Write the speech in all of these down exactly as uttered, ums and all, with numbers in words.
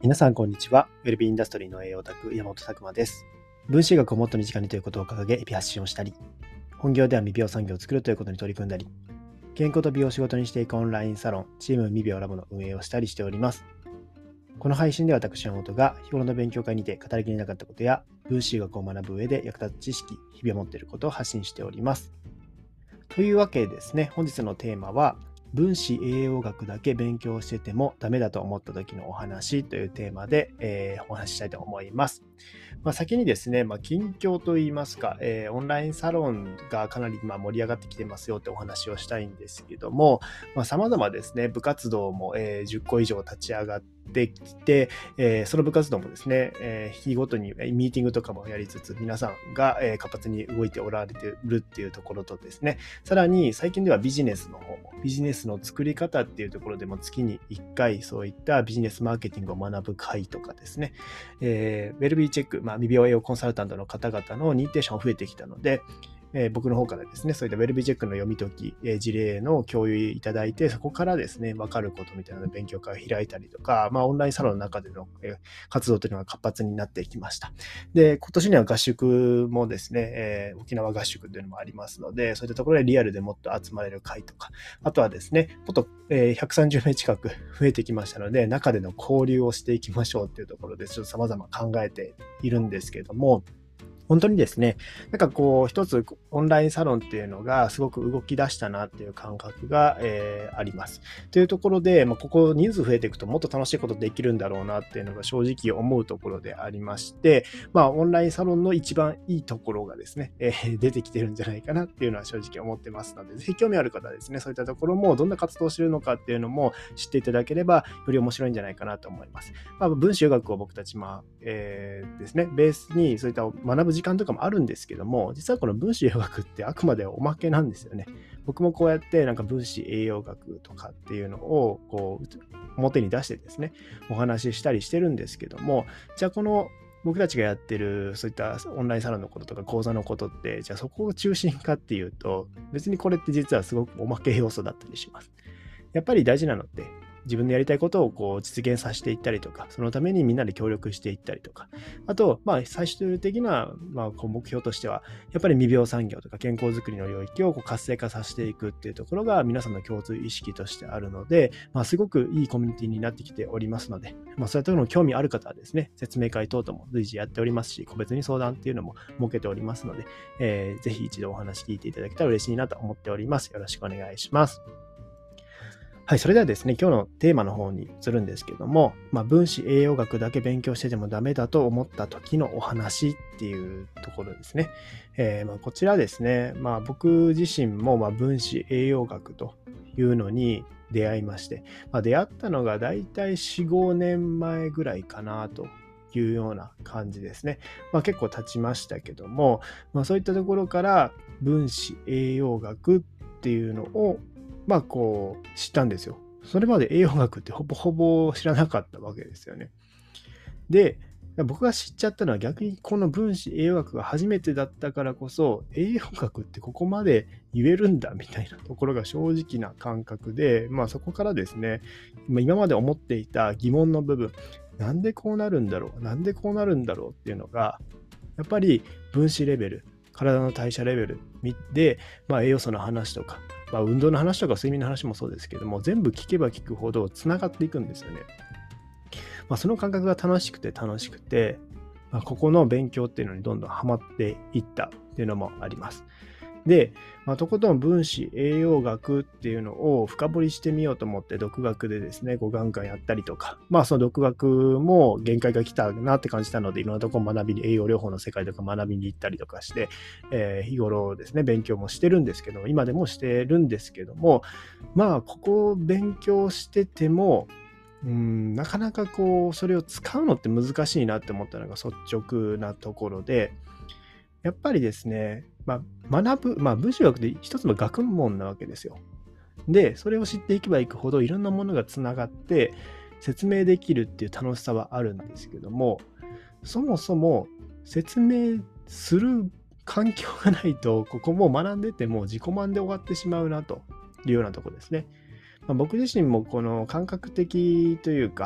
皆さん、こんにちは。ウェルビーインダストリーの栄養オタク、山本拓馬です。分子医学をもっと身近にということを掲げ、日々発信をしたり、本業では未病産業を作るということに取り組んだり、健康と美容を仕事にしていくオンラインサロン、チーム未病ラボの運営をしたりしております。この配信では私、山本が日頃の勉強会にて語りきれなかったことや、分子医学を学ぶ上で役立つ知識、日々持っていることを発信しております。というわけでですね、本日のテーマは、分子栄養学だけ勉強しててもダメだと思った時のお話というテーマで、えー、お話ししたいと思います。まあ、先にですね、まあ、近況といいますか、えー、オンラインサロンがかなりまあ盛り上がってきてますよってお話をしたいんですけども、まあ、様々ですね、部活動も、えー、じゅっこ以上立ち上がってきて、えー、その部活動もですね、えー、日ごとにミーティングとかもやりつつ、皆さんが、えー、活発に動いておられているっていうところとですね、さらに最近ではビジネスの方も、ビジネスの作り方っていうところでも月にいっかいそういったビジネスマーケティングを学ぶ会とかですね、えー、ウェルビーチェック、まあ、未病栄養コンサルタントの方々の認定者も増えてきたので、えー、僕の方からですね、そういったウェルビーチェックの読み解き、えー、事例の共有いただいて、そこからですね、分かることみたいな勉強会を開いたりとか、まあ、オンラインサロンの中での、えー、活動というのが活発になってきました。で、今年には合宿もですね、えー、沖縄合宿というのもありますので、そういったところでリアルでもっと集まれる会とか、あとはですね、もっと、えー、ひゃくさんじゅうめい近く増えてきましたので、中での交流をしていきましょうというところで、ちょっと様々考えているんですけれども、本当にですね、なんかこう一つオンラインサロンっていうのがすごく動き出したなっていう感覚が、えー、あります。というところで、まあ、ここ人数増えていくともっと楽しいことできるんだろうなっていうのが正直思うところでありまして、まあオンラインサロンの一番いいところがですね、えー、出てきてるんじゃないかなっていうのは正直思ってますので、ぜひ興味ある方はですね、そういったところもどんな活動をしているのかっていうのも知っていただければより面白いんじゃないかなと思います。まあ、分子医学を僕たち、まあえー、ですね、ベースにそういった学ぶ時間とかもあるんですけども、実はこの分子栄養学ってあくまでおまけなんですよね。僕もこうやってなんか分子栄養学とかっていうのをこう表に出してですね、お話ししたりしてるんですけども、じゃあこの僕たちがやってるそういったオンラインサロンのこととか講座のことって、じゃあそこを中心かっていうと、別にこれって実はすごくおまけ要素だったりします。やっぱり大事なのって、自分のやりたいことをこう実現させていったりとか、そのためにみんなで協力していったりとか、あと、まあ、最終的な、まあ、こう目標としては、やっぱり未病産業とか健康づくりの領域をこう活性化させていくっていうところが皆さんの共通意識としてあるので、まあ、すごくいいコミュニティになってきておりますので、まあ、そういったところの興味ある方はですね、説明会等々も随時やっておりますし、個別に相談っていうのも設けておりますので、えー、ぜひ一度お話聞いていただけたら嬉しいなと思っております。よろしくお願いします。はい、それではですね、今日のテーマの方に移るんですけども、まあ、分子栄養学だけ勉強しててもダメだと思った時のお話っていうところですね。えー、まあこちらですね、まあ、僕自身もまあ分子栄養学というのに出会いまして、まあ、出会ったのがだいたいよん、ごねんまえぐらいかなというような感じですね。まあ、結構経ちましたけども、まあ、そういったところから分子栄養学っていうのをまあこう知ったんですよ。それまで栄養学ってほぼほぼ知らなかったわけですよね。で、僕が知っちゃったのは逆にこの分子栄養学が初めてだったからこそ、栄養学ってここまで言えるんだみたいなところが正直な感覚で、まあそこからですね、今まで思っていた疑問の部分、なんでこうなるんだろう、なんでこうなるんだろうっていうのが、やっぱり分子レベル、体の代謝レベルで、まあ、栄養素の話とか、まあ、運動の話とか睡眠の話もそうですけども、全部聞けば聞くほどつながっていくんですよね。まあ、その感覚が楽しくて楽しくて、まあ、ここの勉強っていうのにどんどんハマっていったっていうのもあります。で、まあ、とことん分子栄養学っていうのを深掘りしてみようと思って独学でですね、ごがんかんやったりとか、まあその独学も限界が来たなって感じたので、いろんなところ学びに、栄養療法の世界とか学びに行ったりとかして、えー、日頃ですね、勉強もしてるんですけど、今でもしてるんですけども、まあここを勉強してても、うん、なかなかこう、それを使うのって難しいなって思ったのが率直なところで、やっぱりですね、まあ、学ぶ、まあ、分子学で一つの学問なわけですよ。で、それを知っていけばいくほどいろんなものがつながって説明できるっていう楽しさはあるんですけども、そもそも説明する環境がないと、ここも学んでても自己満で終わってしまうなというようなところですね。まあ、僕自身もこの感覚的というか、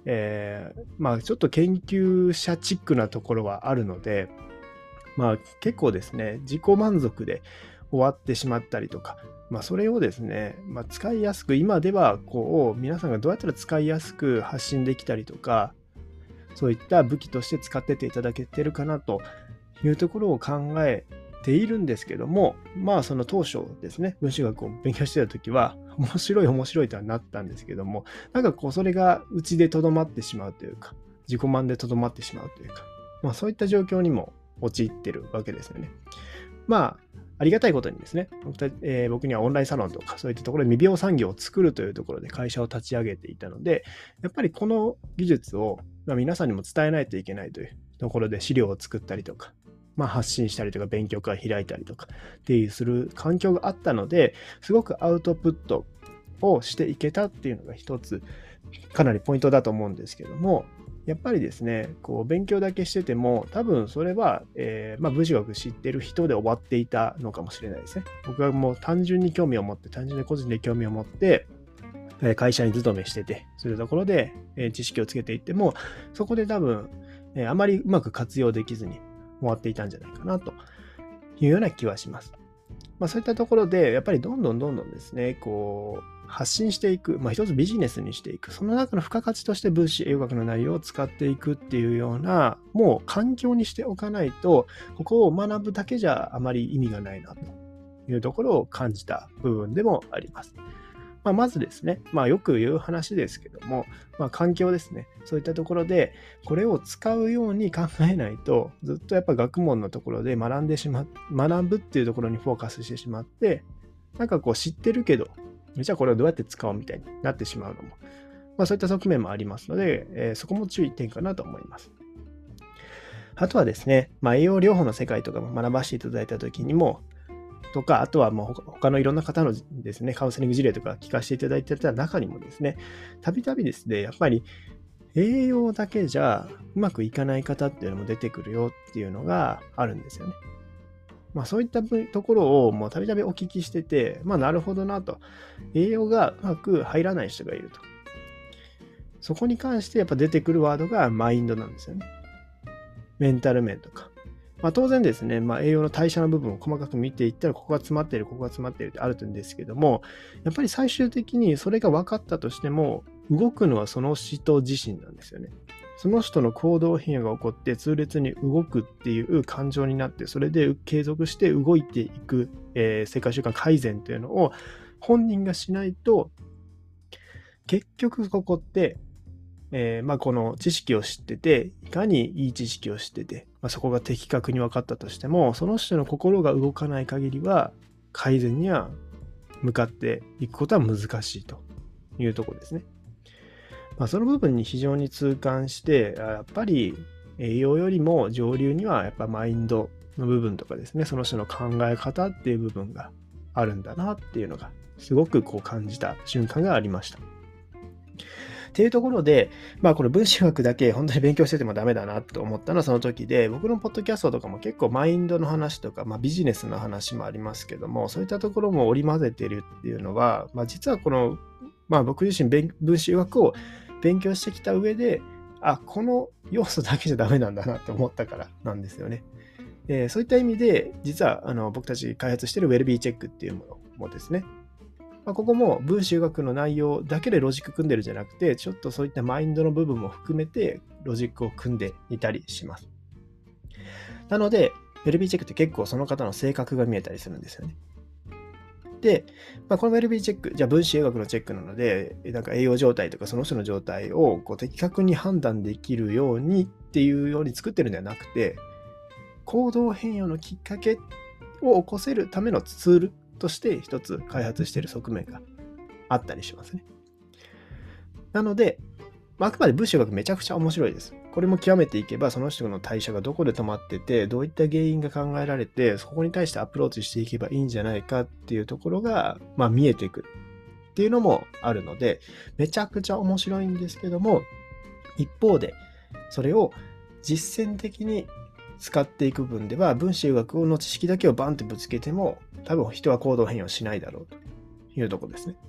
えー、まあちょっと研究者チックなところはあるので、まあ結構ですね、自己満足で終わってしまったりとか、まあそれをですね、まあ、使いやすく、今ではこう皆さんがどうやったら使いやすく発信できたりとか、そういった武器として使ってていただけてるかなというところを考えているんですけども、まあその当初ですね、分子学を勉強してた時は面白い面白いとはなったんですけども、なんかこうそれがうちでとどまってしまうというか、自己満でとどまってしまうというか、まあそういった状況にも陥ってるわけですよね。まあありがたいことにですね、僕た、えー、僕にはオンラインサロンとかそういったところで未病産業を作るというところで会社を立ち上げていたので、やっぱりこの技術を、まあ、皆さんにも伝えないといけないというところで資料を作ったりとか、まあ、発信したりとか勉強会開いたりとかっていうする環境があったので、すごくアウトプットをしていけたっていうのが一つかなりポイントだと思うんですけども、やっぱりですね、こう勉強だけしてても、多分それは、えーまあ、文字学知ってる人で終わっていたのかもしれないですね。僕はもう単純に興味を持って、単純に個人で興味を持って、会社に勤めしてて、そういうところで知識をつけていっても、そこで多分、あまりうまく活用できずに終わっていたんじゃないかなというような気はします。まあ、そういったところで、やっぱりどんどんどんどんですね、こう、発信していく、まあ、一つビジネスにしていく、その中の付加価値として分子栄養学の内容を使っていくっていうような、もう環境にしておかないと、ここを学ぶだけじゃあまり意味がないなというところを感じた部分でもあります。まあ、まずですね、まあ、よく言う話ですけども、まあ、環境ですね。そういったところで、これを使うように考えないと、ずっとやっぱ学問のところで学んでしま、学ぶっていうところにフォーカスしてしまって、なんかこう知ってるけど、じゃあこれをどうやって使おうみたいになってしまうのも、まあ、そういった側面もありますので、えー、そこも注意点かなと思います。あとはですね、まあ、栄養療法の世界とかも学ばせていただいたときにも、とか、あとはもう他のいろんな方のですね、カウンセリング事例とか聞かせていただいてた中にもですね、たびたびですね、やっぱり栄養だけじゃうまくいかない方っていうのも出てくるよっていうのがあるんですよね。まあそういったところをもうたびたびお聞きしてて、まあなるほどなと。栄養がうまく入らない人がいると。そこに関してやっぱ出てくるワードがマインドなんですよね。メンタル面とか。まあ、当然ですね、まあ、栄養の代謝の部分を細かく見ていったら、ここが詰まっている、ここが詰まっているってあるんですけども、やっぱり最終的にそれが分かったとしても、動くのはその人自身なんですよね。その人の行動変化が起こって痛烈に動くっていう感情になって、それで継続して動いていく、えー、生活習慣改善というのを本人がしないと、結局ここって、えーまあ、この知識を知ってて、いかにいい知識を知ってて、まあ、そこが的確に分かったとしても、その人の心が動かない限りは、改善には向かっていくことは難しいというところですね。まあ、その部分に非常に痛感して、やっぱり栄養よりも上流にはやっぱマインドの部分とかですね、その人の考え方っていう部分があるんだなっていうのが、すごくこう感じた瞬間がありました。っていうところで、まあこれ分子学だけ本当に勉強しててもダメだなと思ったのはその時で、僕のポッドキャストとかも結構マインドの話とか、まあビジネスの話もありますけども、そういったところも織り交ぜてるっていうのは、まあ実はこの、まあ僕自身分子学を勉強してきた上で、あ、この要素だけじゃダメなんだなって思ったからなんですよね。えー、そういった意味で、実はあの僕たち開発しているウェルビーチェックっていうものもですね、まあ、ここも分子学の内容だけでロジック組んでるんじゃなくて、ちょっとそういったマインドの部分も含めてロジックを組んでいたりします。なので、ウェルビーチェックって結構その方の性格が見えたりするんですよね。で、まあ、このウェルビーチェック、じゃあ分子栄養学のチェックなので、なんか栄養状態とかその人の状態をこう的確に判断できるようにっていうように作ってるんではなくて、行動変容のきっかけを起こせるためのツールとして一つ開発している側面があったりしますね。なので、あくまで分子学めちゃくちゃ面白いです。これも極めていけば、その人の代謝がどこで止まってて、どういった原因が考えられて、そこに対してアプローチしていけばいいんじゃないかっていうところが、まあ、見えてくるっていうのもあるので、めちゃくちゃ面白いんですけども、一方で、それを実践的に使っていく分では、分子栄養学の知識だけをバンってぶつけても、多分人は行動変容しないだろうというところですね。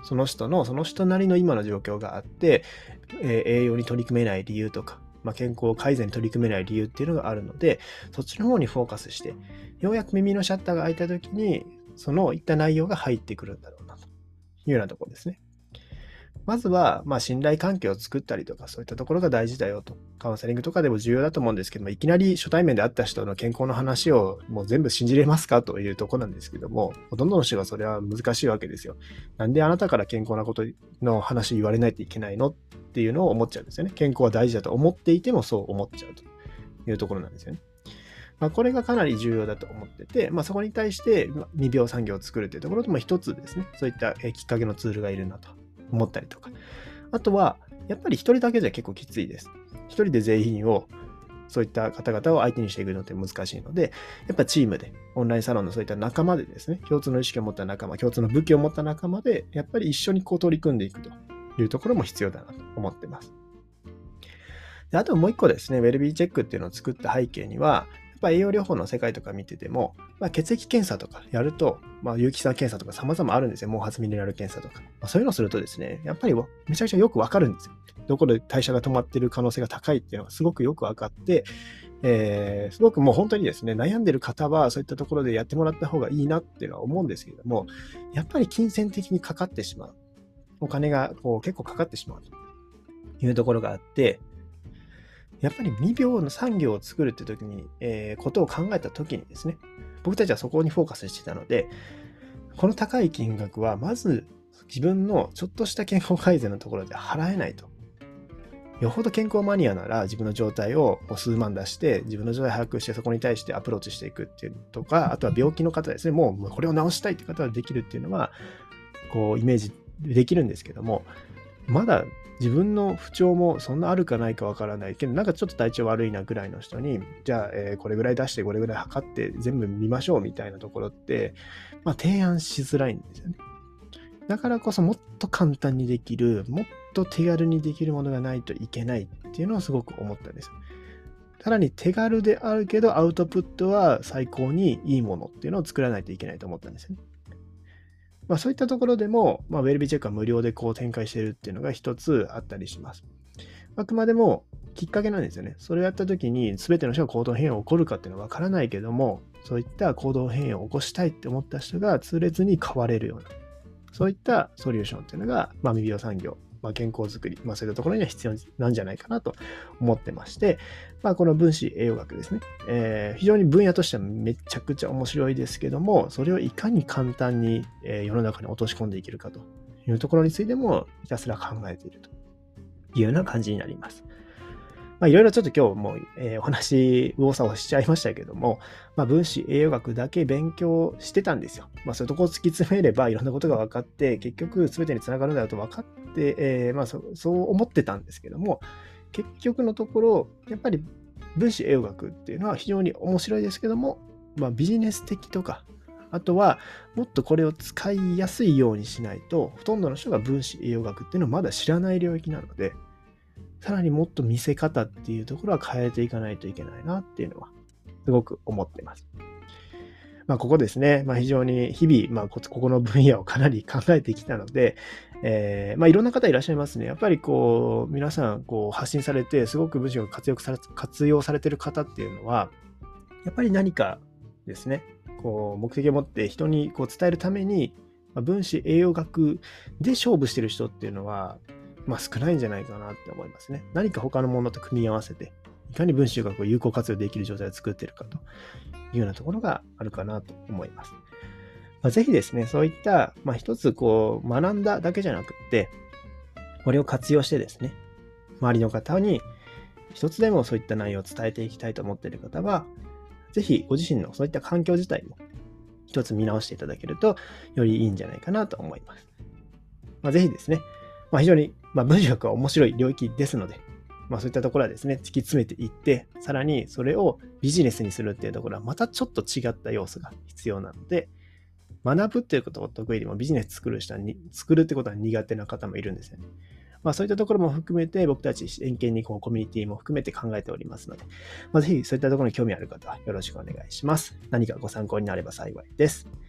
その人の、その人なりの今の状況があって、えー、栄養に取り組めない理由とか、まあ、健康改善に取り組めない理由っていうのがあるので、そっちの方にフォーカスして、ようやく耳のシャッターが開いた時に、そのいった内容が入ってくるんだろうなというようなところですね。まずは、まあ、信頼関係を作ったりとか、そういったところが大事だよと。カウンセリングとかでも重要だと思うんですけども、いきなり初対面で会った人の健康の話をもう全部信じれますかというところなんですけども、ほとんどの人がそれは難しいわけですよ。なんであなたから健康なことの話言われないといけないのっていうのを思っちゃうんですよね。健康は大事だと思っていてもそう思っちゃうというところなんですよね。まあ、これがかなり重要だと思ってて、まあ、そこに対して未病産業を作るというところでも一つですね、そういったきっかけのツールがいるなと思ったりとか。あとは、やっぱり一人だけじゃ結構きついです。一人で全員を、そういった方々を相手にしていくのって難しいので、やっぱチームで、オンラインサロンのそういった仲間でですね、共通の意識を持った仲間、共通の武器を持った仲間で、やっぱり一緒にこう取り組んでいくというところも必要だなと思ってます。で、あともう一個ですね、ウェルビーチェックっていうのを作った背景には、やっぱ栄養療法の世界とか見てても、まあ、血液検査とかやると、まあ、有機酸検査とか様々あるんですよ。毛髪ミネラル検査とか。まあ、そういうのをするとですね、やっぱりめちゃくちゃよくわかるんですよ。どこで代謝が止まっている可能性が高いっていうのがすごくよくわかって、えー、すごくもう本当にですね、悩んでる方はそういったところでやってもらった方がいいなっていうのは思うんですけれども、やっぱり金銭的にかかってしまう。お金がこう結構かかってしまうというところがあって、やっぱり未病の産業を作るって時に、えー、ことを考えた時にですね、僕たちはそこにフォーカスしてたので、この高い金額はまず自分のちょっとした健康改善のところで払えないと。よほど健康マニアなら自分の状態を数万出して自分の状態を把握してそこに対してアプローチしていくっていうとか、あとは病気の方ですね、もうこれを治したいって方はできるっていうのはこうイメージできるんですけども、まだ自分の不調もそんなあるかないかわからないけど、なんかちょっと体調悪いなぐらいの人に、じゃあ、えーこれぐらい出してこれぐらい測って全部見ましょうみたいなところって、まあ、提案しづらいんですよね。だからこそもっと簡単にできる、もっと手軽にできるものがないといけないっていうのをすごく思ったんですよ。さらに手軽であるけどアウトプットは最高にいいものっていうのを作らないといけないと思ったんですよね。まあ、そういったところでも、まあ、ウェルビーチェックは無料でこう展開しているっていうのが一つあったりします。あくまでもきっかけなんですよね。それをやった時に全ての人が行動変容が起こるかっていうのはわからないけども、そういった行動変容を起こしたいって思った人が痛烈に変われるような、そういったソリューションっていうのが、まあ、未病産業、まあ、健康づくり、まあ、そういったところには必要なんじゃないかなと思ってまして、まあ、この分子栄養学ですね、えー、非常に分野としてはめちゃくちゃ面白いですけども、それをいかに簡単に、えー、世の中に落とし込んでいけるかというところについてもひたすら考えているというような感じになります。まあ、いろいろちょっと今日も、えー、お話、右往左往しちゃいましたけども、まあ、分子栄養学だけ勉強してたんですよ。まあ、そういうところを突き詰めればいろんなことが分かって、結局全てにつながるんだと分かって、えーまあそ、そう思ってたんですけども、結局のところ、やっぱり分子栄養学っていうのは非常に面白いですけども、まあ、ビジネス的とか、あとはもっとこれを使いやすいようにしないと、ほとんどの人が分子栄養学っていうのをまだ知らない領域なので、さらにもっと見せ方っていうところは変えていかないといけないなっていうのはすごく思っています。まあ、ここですね、まあ、非常に日々、まあ、ここの分野をかなり考えてきたので、えーまあ、いろんな方いらっしゃいますね。やっぱりこう皆さんこう発信されてすごく文章が活用され活用されている方っていうのはやっぱり何かですね、こう目的を持って人にこう伝えるために、まあ、分子栄養学で勝負している人っていうのはまあ、少ないんじゃないかなって思いますね。何か他のものと組み合わせて、いかに分子栄養学を有効活用できる状態を作っているかというようなところがあるかなと思います。まあ、ぜひですね、そういった、まあ、一つこう学んだだけじゃなくって、これを活用してですね、周りの方に一つでもそういった内容を伝えていきたいと思っている方は、ぜひご自身のそういった環境自体も一つ見直していただけるとよりいいんじゃないかなと思います。まあ、ぜひですね、まあ、非常に、まあ、文章学は面白い領域ですので、まあ、そういったところはですね、突き詰めていって、さらにそれをビジネスにするっていうところはまたちょっと違った要素が必要なので、学ぶっていうことが得意でもビジネス作る人はに作るってことは苦手な方もいるんですよね。まあ、そういったところも含めて僕たち円形にこうコミュニティも含めて考えておりますので、まあ、ぜひそういったところに興味ある方はよろしくお願いします。何かご参考になれば幸いです。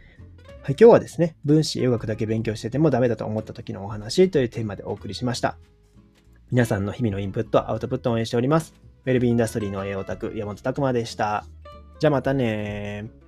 はい、今日はですね、分子栄養学だけ勉強しててもダメだと思った時のお話というテーマでお送りしました。皆さんの日々のインプット、アウトプットを応援しております。ウェルビーインダストリーの栄養オタク、山本拓馬でした。じゃあまたねー。